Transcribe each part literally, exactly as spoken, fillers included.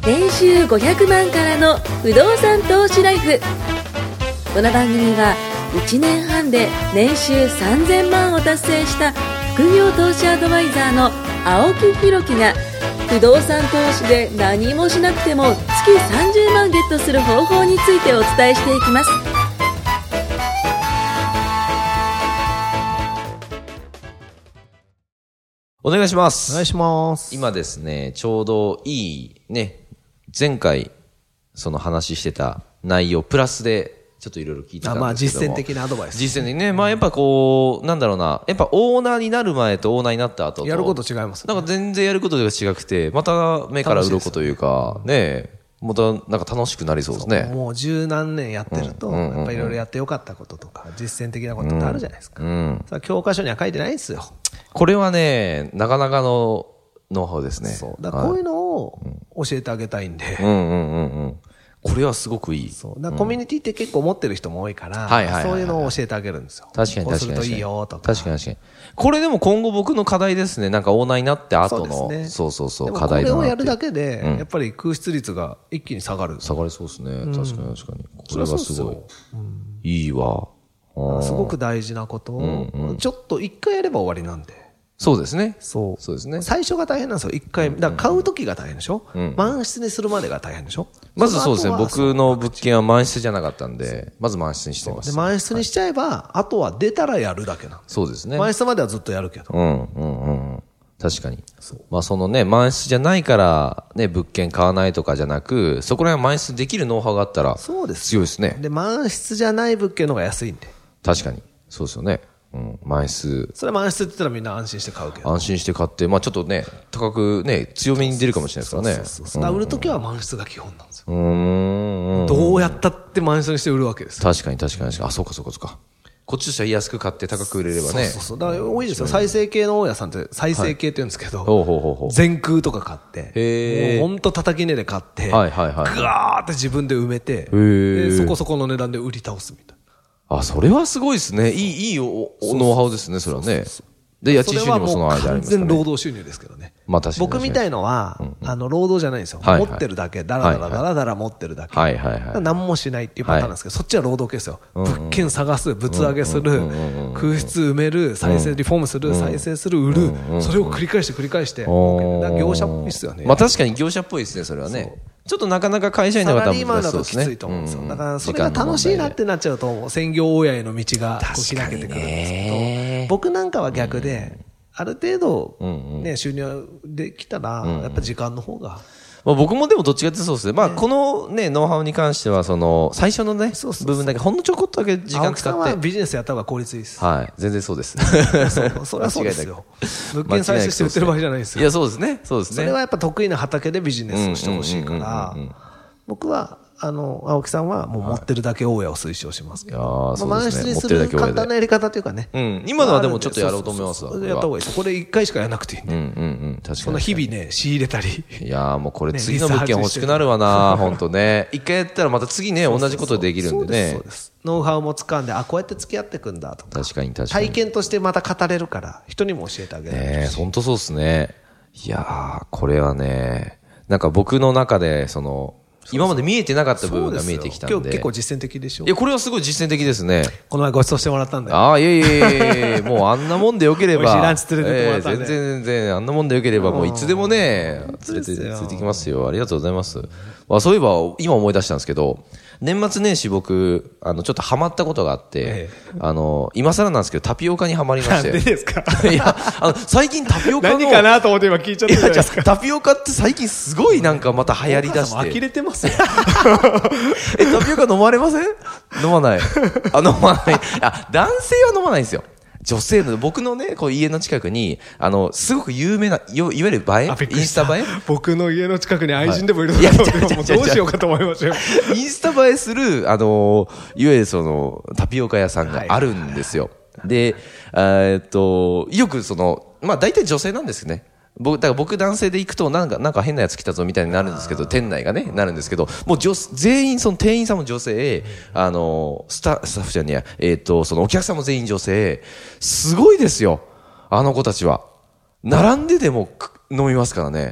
年収ごひゃくまんからの不動産投資ライフ。この番組はいちねんはんで年収さんぜんまんを達成した副業投資アドバイザーの青木ひろきが、不動産投資で何もしなくても月さんじゅうまんゲットする方法についてお伝えしていきます。 お願いします。 お願いします。 今ですね、ちょうどいいね、前回その話してた内容プラスでちょっといろいろ聞いてたんですけども、 あ、まあ実践的なアドバイス。 実践的ね、まあやっぱこうなんだろうな、やっぱオーナーになる前とオーナーになった後とやること違いますね。 なんか全然やることが違くて、また目から鱗というかね、またなんか楽しくなりそうですね。 もう十何年やってると、やっぱいろいろやってよかったこととか実践的なことってあるじゃないですか。うんうん、教科書には書いてないんですよ。 これはね、なかなかのノウハウですね。 そう。だからこういうのを教えてあげたいんで。 うんうんうんうん。これはすごくいい。 そう。だからコミュニティって結構持ってる人も多いから、そういうのを教えてあげるんですよ。 確かに確かに。 こうするといいよとか。 確かに確かに。これでも今後僕の課題ですね。なんかオーナーになって後の。そうですね。そうそうそう。課題だな。 これをやるだけで、やっぱり空室率が一気に下がる。 下がりそうですね。確かに確かに。これはすごい。いいわ。 すごく大事なことを、ちょっと一回やれば終わりなんで。 そうですね。 そう。 そうですね。 最初が大変なんですよ。一回。だから買うときが大変でしょ、うん、満室にするまでが大変でしょ。 まずそうですね。僕の物件は満室じゃなかったんで、まず満室にしてます。 で、満室にしちゃえば、はい、あとは出たらやるだけなんです。 そうですね。 満室まではずっとやるけど。 うん、うん、うん。確かに。まあそのね、満室じゃないから、ね、物件買わないとかじゃなく、そこら辺満室できるノウハウがあったら、そうです。強いですね。 で、満室じゃない物件の方が安いんで。 確かに。そうですよね。うん、満室。 それは満室って言ったらみんな安心して買うけど。 安心して買って、まあちょっとね、高くね、強めに出るかもしれないですからね。そうそうそう。 だから売るときは満室が基本なんですよ。うーん。どうやったって満室にして売るわけですよ。 確かに確かに確かに。あ、そうかそうかそうか。こっちとしては安く買って高く売れればね。 そうそうそう。だから多いですよ。再生系の大家さんって再生系って言うんですけど、はい、ほうほうほうほう、全空とか買って、へもうほんと叩き値で買って、はいはいはい。ぐわーって自分で埋めて、でそこそこの値段で売り倒すみたいな。 あ、それはすごいですね。いい、いいノウハウですね、それはね。で、家賃収入もその間ありますからね。 完全労働収入ですけどね。 まあ確かに。 僕みたいのは、あの、労働じゃないんですよ。持ってるだけ、だらだらだらだら持ってるだけ。はいはいはい。何もしないっていうパターンなんですけど、そっちは労働系ですよ。物件探す、物上げする、空室埋める、再生リフォームする、再生する、売る。それを繰り返して繰り返して。業者っぽいですよね。 まあ確かに業者っぽいですね、それはね。ちょっとなかなか会社員の方は難しそうですね。サラリーマンだときついと思うんですよ。だからそれが楽しいなってなっちゃうと、専業大家への道が開けてくるんですけど、僕なんかは逆で、ある程度、ね、収入できたら、やっぱ時間の方が。まあ僕もでもどっちかってそうですね。まあこのね、ノウハウに関しては、その、最初のね、部分だけ、ほんのちょこっとだけ時間使って。青木さんはビジネスやった方が効率いいです。 はい。全然そうです。 それはそうですよ。物件再生して売ってる場合じゃないですよ。 いや、そうですね。そうですね。 それはやっぱ得意な畑でビジネスをしてほしいから、僕は、あの、青木さんはもう持ってるだけ大家を推奨しますけど。満室にする簡単なやり方というかね。 うん。今のはでもちょっとやろうと思いますわ。 やった方がいいです。これ一回しかやらなくていいんで。うんうんうん。確かに。その日々ね、仕入れたり。 いやーもうこれ次の物件欲しくなるわな、ほんとね。一回やったらまた次ね、同じことできるんでね。そうです。 ノウハウも掴んで、あ、こうやって付き合っていくんだとか。 確かに確かに。 体験としてまた語れるから、人にも教えてあげる。 ええ、ほんとそうですね。いやー、これはね、なんか僕の中で、その、今まで見えてなかった部分が見えてきたんで。 今日結構実践的でしょ。 いや、これはすごい実践的ですね。 この前ご馳走してもらったんで。 ああ、いえいえいえ、もうあんなもんでよければ。 美味しいランチ連れてってもらったんで。 全然全然、あんなもんでよければ、もういつでもね、連れて、連れてきますよ。ありがとうございます。まあそういえば、今思い出したんですけど、年末年始僕、あの、ちょっとハマったことがあって、ええ、あの、今更なんですけど、タピオカにハマりまして。 なんでですかいや、あの、最近タピオカの。 何かなと思って今聞いちゃったじゃないですか。 タピオカって最近すごいなんかまた流行り出して。 呆れてますよ。 え、タピオカ飲まれません？飲まない。あ、飲まない。あ、男性は飲まないんですよ。女性の、僕のね、こう家の近くに、あの、すごく有名な、いわゆる映えインスタ映え僕の家の近くに愛人でもいるのかと思って、もうどうしようかと思いましたよ。 インスタ映えする、あの、いわゆるその、タピオカ屋さんがあるんですよ。で、えっと、よくその、まあ大体女性なんですね。僕、だから僕男性で行くとなんか、なんか変なやつ来たぞみたいになるんですけど、店内がね、なるんですけど、もう女、全員その店員さんも女性、あの、スタ、スタッフじゃねえや、えっと、そのお客さんも全員女性、すごいですよ。あの子たちは。並んででも飲みますからね。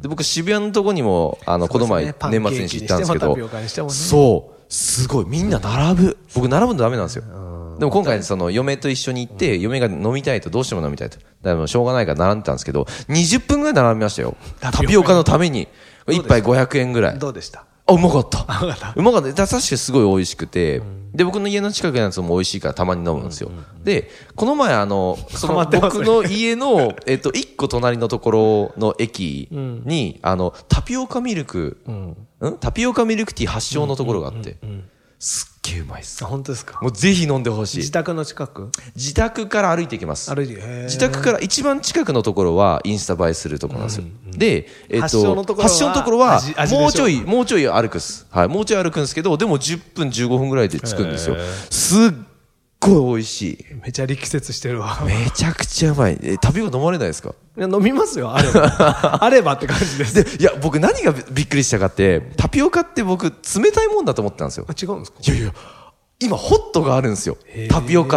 で、僕渋谷のとこにも、あの、この前、年末年始行ったんですけど、そう、すごい、みんな並ぶ。僕並ぶのダメなんですよ。でも今回、その、嫁と一緒に行って、嫁が飲みたいと、どうしても飲みたいと。だからしょうがないから並んでたんですけど、にじゅっぷんぐらい並びましたよ。タピオカのために。一杯ごひゃくえんぐらい。 どうでした？ あ、うまかった。うまかった。確かにすごい美味しくて、で、僕の家の近くのやつも美味しいからたまに飲むんですよ。で、この前あの、その僕の家の、えっと、一個隣のところの駅に、あの、タピオカミルク、んタピオカミルクティー発祥のところがあって、すっげえうまいっす。 本当ですか？ もうぜひ飲んでほしい。 自宅の近く？ 自宅から歩いていきます。 歩いて、 自宅から一番近くのところはインスタ映えするところなんですよ。うんうん、で、えっと、 発祥のところは、 発祥のところはもうちょい、もうちょい歩くっす。はい。もうちょい歩くんですけど、でもじゅっぷんじゅうごふんぐらいで着くんですよ。すっごい美味しい。 めちゃ力説してるわ。 めちゃくちゃうまい。え、タピオカ飲まれないですか？ いや、飲みますよ。あれば。あればって感じです。 で、いや、僕何がびっくりしたかって、タピオカって僕冷たいもんだと思ってたんですよ。 あ、違うんですか？ いやいや。今、ホットがあるんですよ。タピオカって。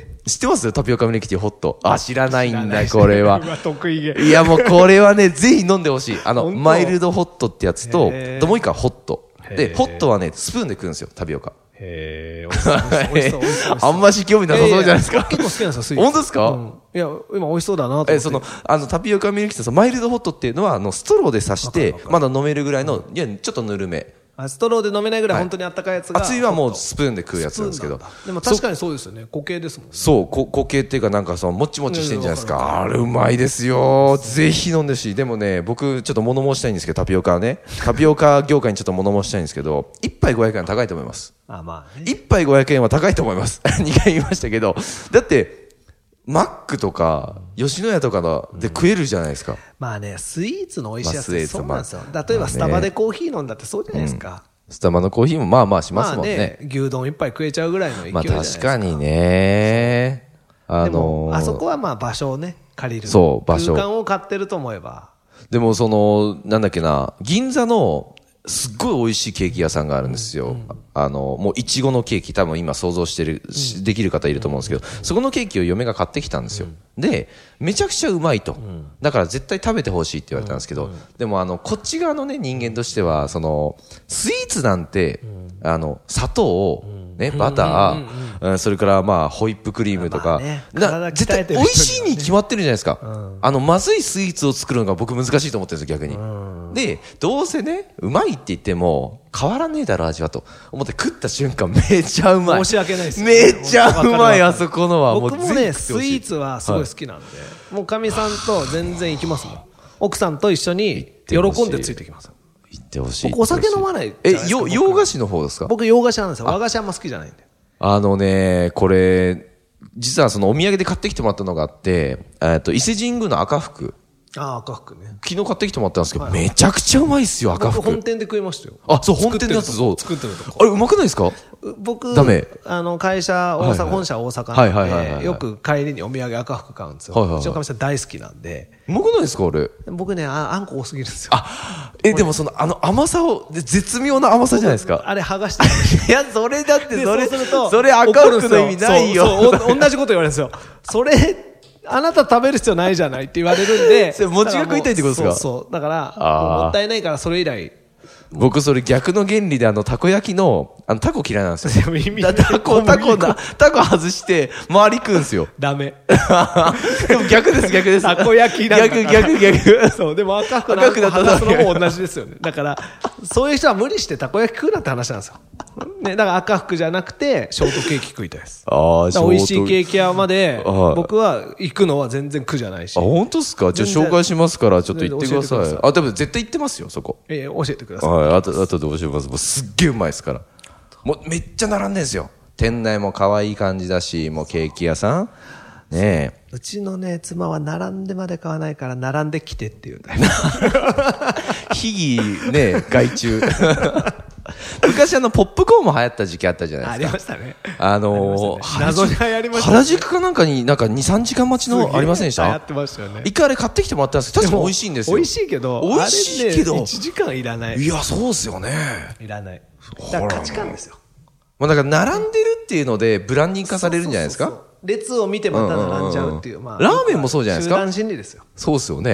知ってますよ？タピオカミルクティーホット。あ、知らないんだ、これは。いや、もうこれはね、ぜひ飲んでほしい。あの、マイルドホットってやつと、もう一個はホット。で、ホットはね、スプーンで食うんですよ、タピオカ。 へー、美味しそう。 あんまし興味なさそうじゃないですか。 結構好きなんですよ、スイーツ。 本当ですか？ うん、いや、今美味しそうだなと思って。 え、その、あの、タピオカミルクティー、そのマイルドホットっていうのは、あの、ストローで刺して、まだ飲めるぐらいの、いや、ちょっとぬるめ。 ストローで飲めないぐらい本当にあったかいやつが、 熱いはもうスプーンで食うやつなんですけど。 でも確かにそうですよね。固形ですもんね。 そう、固形っていうかなんかそのもちもちしてんじゃないですか。あれうまいですよ。ぜひ飲んでほしい。でもね、僕ちょっと物申したいんですけど、タピオカはね。タピオカ業界にちょっと物申したいんですけど、一杯ごひゃくえんは高いと思います。 あ、まあね。 一杯ごひゃくえんは高いと思います。にかい言いましたけど。だって、マックとか、吉野家とかで食えるじゃないですか。うん、 まあね、スイーツの美味しいやつってそうなんですよ。例えばスタバでコーヒー飲んだってそうじゃないですか。うんスタバのコーヒーもまあまあしますもんね。まあね、 牛丼一杯食えちゃうぐらいの勢いじゃないですか。 まあ確かにね。あのー、でも、 あそこはまあ場所をね、借りる。 そう、場所。 空間を買ってると思えば。 でもその、なんだっけな、銀座の、すっごい美味しいケーキ屋さんがあるんですよ。うんうん、あの、もういちごのケーキ多分今想像してる、うん、できる方いると思うんですけど、うん、そこのケーキを嫁が買ってきたんですよ。うん、で、めちゃくちゃうまいと。うん、だから絶対食べてほしいって言われたんですけど、うんうん、でもあの、こっち側のね、人間としては、その、スイーツなんて、うん、あの、砂糖、ね、バター、うん、それからまあ、ホイップクリームとか、ね、な絶対美味しいに決まってるじゃないですか。うん、あの、まずいスイーツを作るのが僕難しいと思ってるんですよ、逆に。うん、で、どうせね、うまいって言っても、変わらねえだろ、味はと思って食った瞬間、めちゃうまい。 申し訳ないです、 ね。めちゃうまい、あそこのは。 僕もね、スイーツはすごい好きなんで、はい、もうかみさんと全然行きますもん。奥さんと一緒に喜んでついてきます。 行ってほしい。 僕お酒飲まないえ、よ、洋菓子の方ですか？ 僕洋菓子なんですよ。和菓子あんま好きじゃないんで。 あのね、これ、実はそのお土産で買ってきてもらったのがあって、えっと、伊勢神宮の赤福。 ああ、赤福ね。 昨日買ってきてもらったんですけど、はい、めちゃくちゃうまいっすよ、赤福。 本店で食いましたよ。 あ、そう、本店のやつ、そう。 作ってるとこ。 あれ、うまくないですか？ 僕、 ダメ。 あの、会社、大阪、はいはい、本社大阪なんで、よく帰りにお土産赤福買うんですよ。はいはいはい、うちのかみさん大好きなんで。 うまくないですか、あれ。 僕ねあ、あんこ多すぎるんですよ。 あ、え、でもその、あの甘さを、絶妙な甘さじゃないですか。 あれ剥がして。 いや、それだって、それ、 そうすると、 それ赤福の意味ないよ。 そうそう、同じこと言われるんですよ。それ、あなた食べる必要ないじゃないって言われるんで。 それ餅が食いたいってことですか？ そうそう。だから、もったいないからそれ以来。 僕それ逆の原理であの、たこ焼きの、あの、タコ嫌いなんですよ。 意味だタコ、タコだ、タコ外して、周り食うんですよ。 ダメ。 でも逆です、逆です。 たこ焼きなんだ。 逆、逆、逆。 そう、でも赤福の話の方同じですよね。だから、そういう人は無理してたこ焼き食うなって話なんですよ。ね、だから赤福じゃなくて、ショートケーキ食いたいです。 ああ、 美味しいケーキ屋まで、僕は行くのは全然苦じゃないし。 あ、本当ですか？じゃあ紹介しますから、ちょっと行ってください。あ、でも絶対行ってますよ、そこ。 ええ、教えてください。 はい、あと、あとで教えます。もうすっげえうまいですから。もうめっちゃ並んでんですよ。店内も可愛い感じだし、もうケーキ屋さん。ねえ。 うちのね、妻は並んでまで買わないから、並んできてっていうタイプ。 秘技ね、外注。昔あの、ポップコーンも流行った時期あったじゃないですか。 ありましたね。 あのー、謎に流行りましたね。原宿かなんかになんかに、さんじかん待ちのありませんでした？ 流行ってましたよね。 一回あれ買ってきてもらったんですけど、確かに美味しいんですよ。 美味しいけど、 美味しいけど、 いちじかんいらない。 いや、そうっすよね。 いらない。だから価値観ですよ。 まあだから並んでるっていうので、ブランディング化されるんじゃないですか？ そうそうそう、列を見てまた並んじゃうっていう。まあ、 ラーメンもそうじゃないですか？ 集団心理ですよ。 そうっすよね。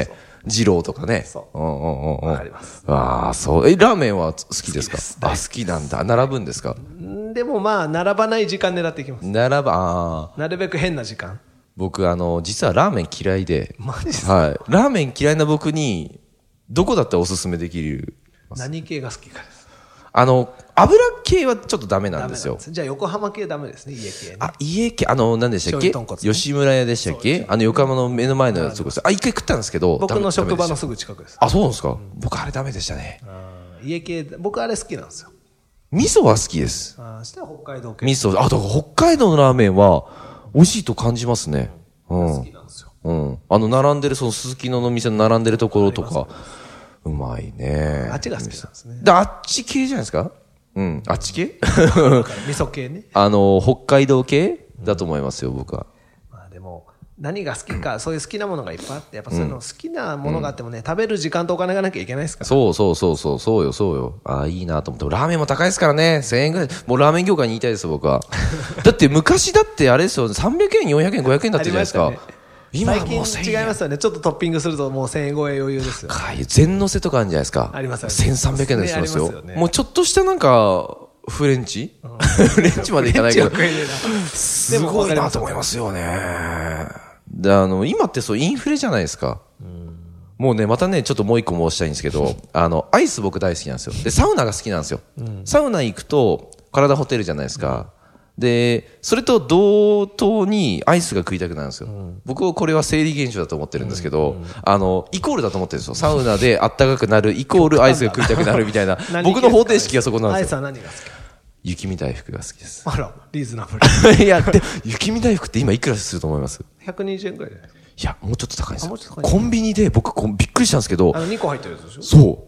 二郎とかね。 そう。 うんうんうんうん。 わかります。 ああ、そう。え、ラーメンは好きですか？好きです。あ、好きなんだ。並ぶんですか？ でもまあ、並ばない時間狙っていきます。 並ば、ああ。なるべく変な時間。 僕、あの、実はラーメン嫌いで。 マジですか？ はい。ラーメン嫌いな僕に、どこだったらおすすめできる？ 何系が好きかです。 あの、油系はちょっとダメなんですよ。 ですじゃあ横浜系ダメですね、家系、ね。 あ、家系、あの、何でしたっけ、ね、吉村屋でしたっけ、あの横浜の目の前のとこです。あ、一回食ったんですけど。 僕の職場のすぐ近くです。 あ、そうなんですか、うん、僕あれダメでしたね。 家系、僕あれ好きなんですよ。 味噌は好きです。 ああ、したら北海道系。 味噌、あ、だから北海道のラーメンは美味しいと感じますね。うん。 好きなんですよ。 うん。あの、並んでる、その鈴木の店の並んでるところとか、うまいね。 あっちが好きなんですね。 で、あっち系じゃないですか？うん。あっち系味噌系ね。 あの、北海道系だと思いますよ、僕は。 まあでも、何が好きか、そういう好きなものがいっぱいあって、やっぱそういうの好きなものがあってもね、食べる時間とお金がなきゃいけないですから。 そうそうそうそう、そうよ、そうよ。ああ、いいなと思って。ラーメンも高いですからね。せんえんぐらい。もうラーメン業界に言いたいです、僕は。だって昔だってあれですよ、さんびゃくえん、よんひゃくえん、ごひゃくえんだったじゃないですか。 今はもう最近違いますよね。ちょっとトッピングするともうせんえん超え余裕ですよ。 高い。全のせとかあるんじゃないですか。 ありますよね。 せんさんびゃくえんですよ。すよね、もうちょっとしたなんか、フレンチ、うん、フレンチまでいかないけど。すごいなと思いますよね。で、あの、今ってそう、インフレじゃないですか。うん、もうね、またね、ちょっともう一個申したいんですけど、あの、アイス僕大好きなんですよ。で、サウナが好きなんですよ。うん、サウナ行くと、体ホテルじゃないですか。うん、で、それと同等にアイスが食いたくなるんですよ。うん、僕はこれは生理現象だと思ってるんですけど、うん、あの、イコールだと思ってるんですよ。サウナであったかくなるイコールアイスが食いたくなるみたいな。僕の方程式がそこなんですよ。 アイスは何が好き？ 雪見大福が好きです。 あら、リーズナブル。 いや、で、雪見大福って今いくらすると思います？ ひゃくにじゅうえんくらいじゃないですか。 いや、もうちょっと高いんですよ。コンビニで僕びっくりしたんですけど。 あの、にこ入ってるやつでしょ？ そう。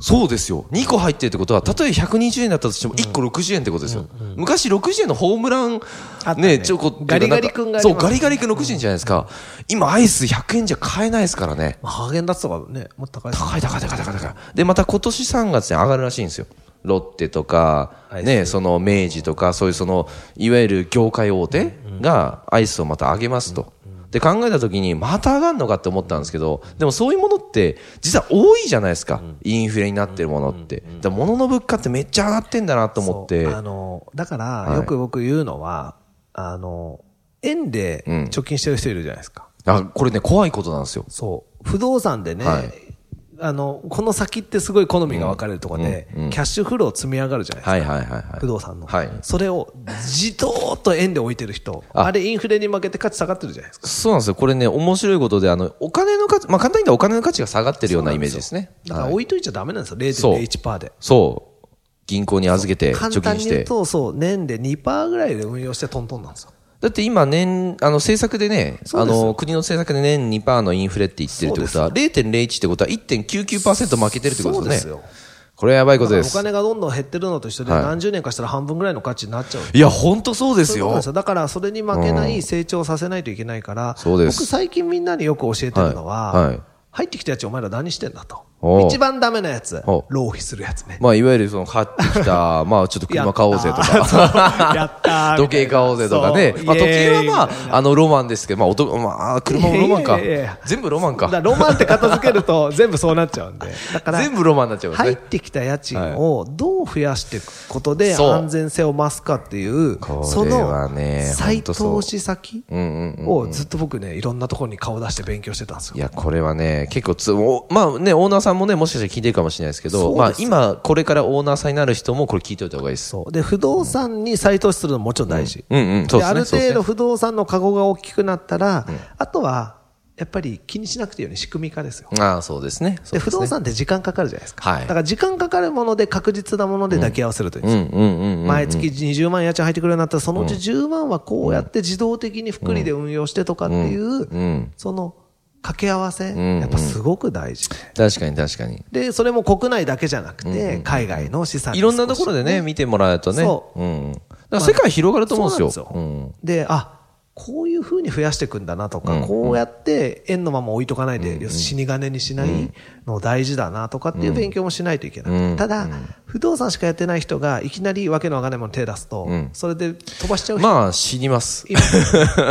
そうですよ。にこ入ってるってことは、たとえひゃくにじゅうえんだったとしてもいっころくじゅうえんってことですよ。うんうん、昔ろくじゅうえんのホームラン、ね、ちょこ、 ガリガリ君があります、 そう、ガリガリ君ろくじゅうえんじゃないですか。今アイスひゃくえんじゃ買えないですからね。 まあ、ハーゲンダッツとかね、もっと高いです、ね。 高い高い高い高い高い。で、また今年さんがつに上がるらしいんですよ。ロッテとか、ね、その明治とか、そういうその、いわゆる業界大手がアイスをまた上げますと。で考えたときに、また上がるのかって思ったんですけど、でもそういうものって、実は多いじゃないですか。インフレになってるものって。だ物の物価ってめっちゃ上がってんだなと思って。 あの、だから、よく僕言うのは、はい、あの、円で貯金してる人いるじゃないですか。 うん、あ、これね、怖いことなんですよ。 そう。不動産でね、はい、あの、この先ってすごい好みが分かれるところで、うんうんうん、キャッシュフロー積み上がるじゃないですか。はいはいはいはい、不動産の。はい、それを、じとーっと円で置いてる人。あ, あれインフレに負けて価値下がってるじゃないですか。 そうなんですよ。これね、面白いことで、あの、お金の価値、まあ簡単に言ったらお金の価値が下がってるようなイメージですね。 だから置いといちゃダメなんですよ。れいてんれいいちパーセント で。 そう。銀行に預けて貯金して。 簡単に言うと、そう、年で にパーセント ぐらいで運用してトントンなんですよ。 だって今年、あの政策でね、あの国の政策で年 にパーセント のインフレって言ってるってことは、れいてんれいいち ってことは いってんきゅうきゅうパーセント 負けてるってことですよね。これはやばいことです。 お金がどんどん減ってるのと一緒で、何十年かしたら半分ぐらいの価値になっちゃう。 いや、本当そうですよ。 だからそれに負けない成長させないといけないから、うん、僕最近みんなによく教えてるのは、はいはい、入ってきたやつお前ら何してんだと。一番ダメなやつ、浪費するやつね。 まあ、いわゆるその、買ってきた、まあ、ちょっと車買おうぜとか。 やったー。 時計買おうぜとかね。まあ、時計はまあ、あの、ロマンですけど、まあ、男、まあ、車もロマンか。全部ロマンか。 だロマンって片付けると全部そうなっちゃうんで。だから、 全部ロマンになっちゃうんですね。 入ってきた家賃をどう増やしていくことで安全性を増すかっていう、その、再投資先をずっと僕ね、いろんなところに顔出して勉強してたんですよ。 いや、これはね、結構つ、まあね、オーナーさんもね、もしかしたら聞いてるかもしれないですけど、まあ今、これからオーナーさんになる人もこれ聞いておいた方がいいです。 そう。で、不動産に再投資するのももちろん大事。 うん、うん、うん、そうですね。 ある程度不動産のカゴが大きくなったら、うん、あとは、やっぱり気にしなくていいように仕組み化ですよ。 ああ、そうですね。 で、不動産って時間かかるじゃないですか。はい。だから時間かかるもので確実なもので抱き合わせるといいんですよ。うん、うん、うん。毎月にじゅうまん家賃入ってくるようになったら、そのうちじゅうまんはこうやって自動的に複利で運用してとかっていう、うんうん、その、掛け合わせ、やっぱすごく大事で、 うんうん。確かに確かに。 で、それも国内だけじゃなくて、うんうん、海外の資産、ね、 いろんなところでね、見てもらうとね。そう。うん。だから世界広がると思うんですよ。 まあ、そうなんですよ。うん、で、あ、こういう風に増やしていくんだなとか、うんうん、こうやって円のまま置いとかないで、うんうん、死に金にしないの大事だなとかっていう勉強もしないといけない。うん、ただ、うん、不動産しかやってない人がいきなりわけのわかんないもの手出すと、うん、それで飛ばしちゃう人。 まあ、死にます。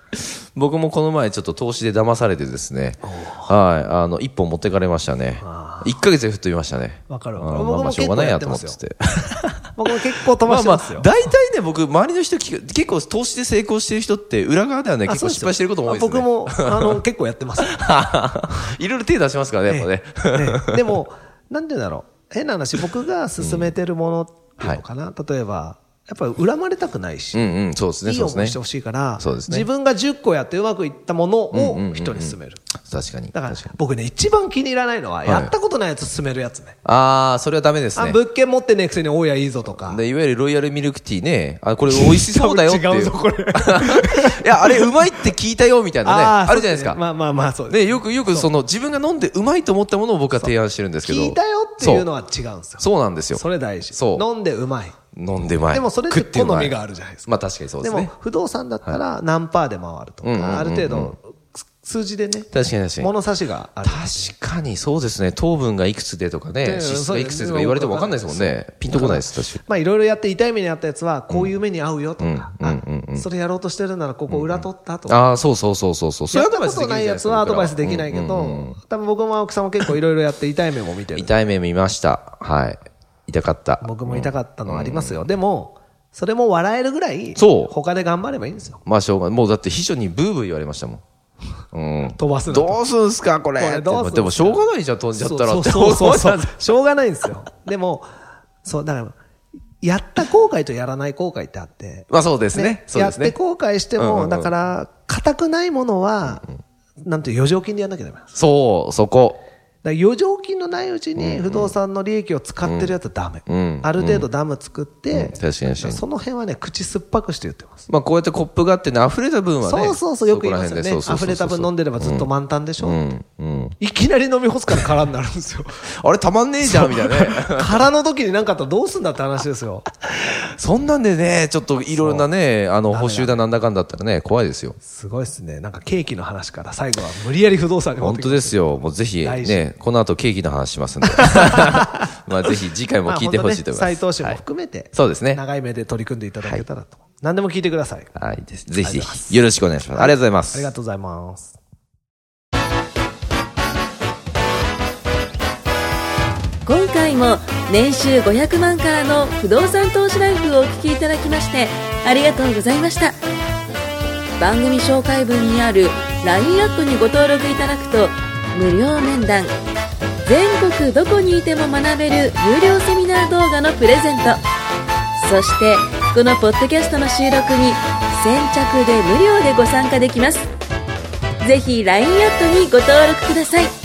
僕もこの前ちょっと投資で騙されてですね、はい、あの、一本持ってかれましたね。いっかげつで吹っ飛びましたね。 わかるわかる。 まあまあしょうがないやと思ってて。 僕も結構飛ばしてますよ。 まあまあ、大体ね、僕、周りの人、結構投資で成功してる人って、裏側ではね、結構失敗してることも多いですね。 僕も、あの、結構やってます。 いろいろ手出しますからね、やっぱね。 ねでも、なんて言うんだろう。変な話、僕が進めてるものっていうのかな。例えば、やっぱり恨まれたくないし、 うんうん、そうですね、 いい思いしてほしいから、 そうですね、 自分がじゅっこやってうまくいったものを人に勧める。 確かに。 だから僕ね、一番気に入らないのは、やったことないやつ勧めるやつね。 ああ、それはダメですね。 物件持ってねえくせに大家いいぞとか。 で、いわゆるロイヤルミルクティーね、あ、これ美味しそうだよっていう。 違うぞ、これ。 いや、あれうまいって聞いたよみたいなね、あるじゃないですか。 まあまあまあ、そうです。で、よくよくその自分が飲んでうまいと思ったものを僕は提案してるんですけど。 聞いたよっていうのは違うんですよ。 そうなんですよ。 それ大事。 そう。 飲んでうまい。 飲んでまい。 でもそれって好みがあるじゃないですか。 まあ確かにそうですね。 でも不動産だったら何パーで回るとか、ある程度数字でね、 確かに確かに。 物差しがある。 確かにそうですね。糖分がいくつでとかね、脂質がいくつでとか言われても分かんないですもんね。ピンとこないです、確かに。 まあいろいろやって痛い目にあったやつは、こういう目に合うよとか、それやろうとしてるならここ裏取ったとか。 ああ、そうそうそうそうそう。 やったことないやつはアドバイスできないけど、多分僕も青木さんも結構いろいろやって痛い目も見てる。 痛い目見ました。はい。痛かった。 僕も痛かったのはありますよ。でも、それも笑えるぐらい、 そう。 他で頑張ればいいんですよ。 まあしょうがない。もうだって秘書にブーブー言われましたもん。うん。 飛ばすの。 どうすんすか、これ。これどうすんすか。でもしょうがないじゃん、飛んじゃったらって。 そうそうそう。しょうがないんですよ。でも、そう、だから、やった後悔とやらない後悔ってあって。 まあそうですね。 やって後悔しても、だから、硬くないものは、なんて余剰金でやんなきゃダメなんです。 そう、そこ。 余剰金のないうちに不動産の利益を使ってるやつはダメ。ある程度ダム作って、その辺はね、口酸っぱくして言ってます。 まあこうやってコップがあってね、溢れた分はね。 そうそうそう、よく言いますよね。溢れた分飲んでればずっと満タンでしょ。いきなり飲み干すから空になるんですよ。 あれたまんねえじゃんみたいなね。 空の時に何かあったらどうすんだって話ですよ。 そんなんでね、ちょっといろんなね、あの、補修だなんだかんだったらね、怖いですよ。 すごいですね。なんかケーキの話から最後は無理やり不動産に持ってきて。 本当ですよ。もうぜひね、この後ケーキの話しますんで。まあぜひ次回も聞いてほしいと思います。 再投資も含めて、 そうですね。 長い目で取り組んでいただけたらと。何でも聞いてください。 はいです。ぜひぜひよろしくお願いします。ありがとうございます。 ありがとうございます。 今回も年収ごひゃくまんからの不動産投資ライフをお聞きいただきましてありがとうございました。番組紹介文にある ライン アップにご登録いただくと無料面談、全国どこにいても学べる有料セミナー動画のプレゼント、そしてこのポッドキャストの収録に先着で無料でご参加できます。ぜひ ライン アットにご登録ください。